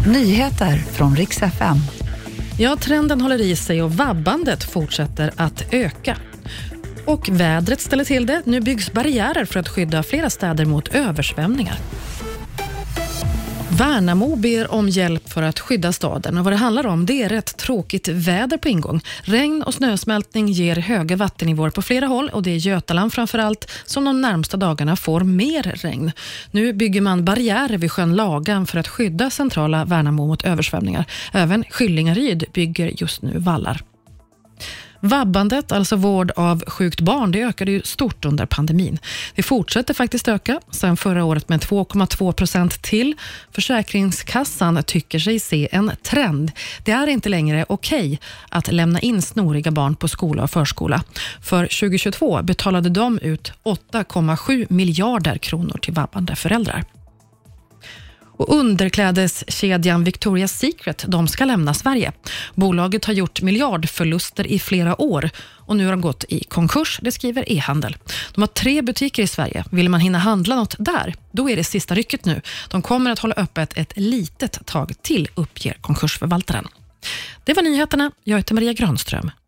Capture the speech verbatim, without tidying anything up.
Nyheter från Rix F M. Ja, trenden håller i sig och vabbandet fortsätter att öka. Och vädret ställer till det. Nu byggs barriärer för att skydda flera städer mot översvämningar. Värnamo ber om hjälp för att skydda staden, och vad det handlar om det är rätt tråkigt väder på ingång. Regn och snösmältning ger höga vattennivåer på flera håll, och det är Götaland framförallt som de närmsta dagarna får mer regn. Nu bygger man barriärer vid sjön Lagan för att skydda centrala Värnamo mot översvämningar. Även Skillingaryd bygger just nu vallar. Vabbandet, alltså vård av sjukt barn, det ökade ju stort under pandemin. Det fortsätter faktiskt öka sedan förra året med två komma två procent till. Försäkringskassan tycker sig se en trend. Det är inte längre okej att lämna in snoriga barn på skola och förskola. För tjugo tjugotvå betalade de ut åtta komma sju miljarder kronor till vabbande föräldrar. Och underklädeskedjan Victoria's Secret, de ska lämna Sverige. Bolaget har gjort miljardförluster i flera år och nu har de gått i konkurs, det skriver e-handel. De har tre butiker i Sverige. Vill man hinna handla något där, då är det sista rycket nu. De kommer att hålla öppet ett litet tag till, uppger konkursförvaltaren. Det var nyheterna. Jag heter Maria Granström.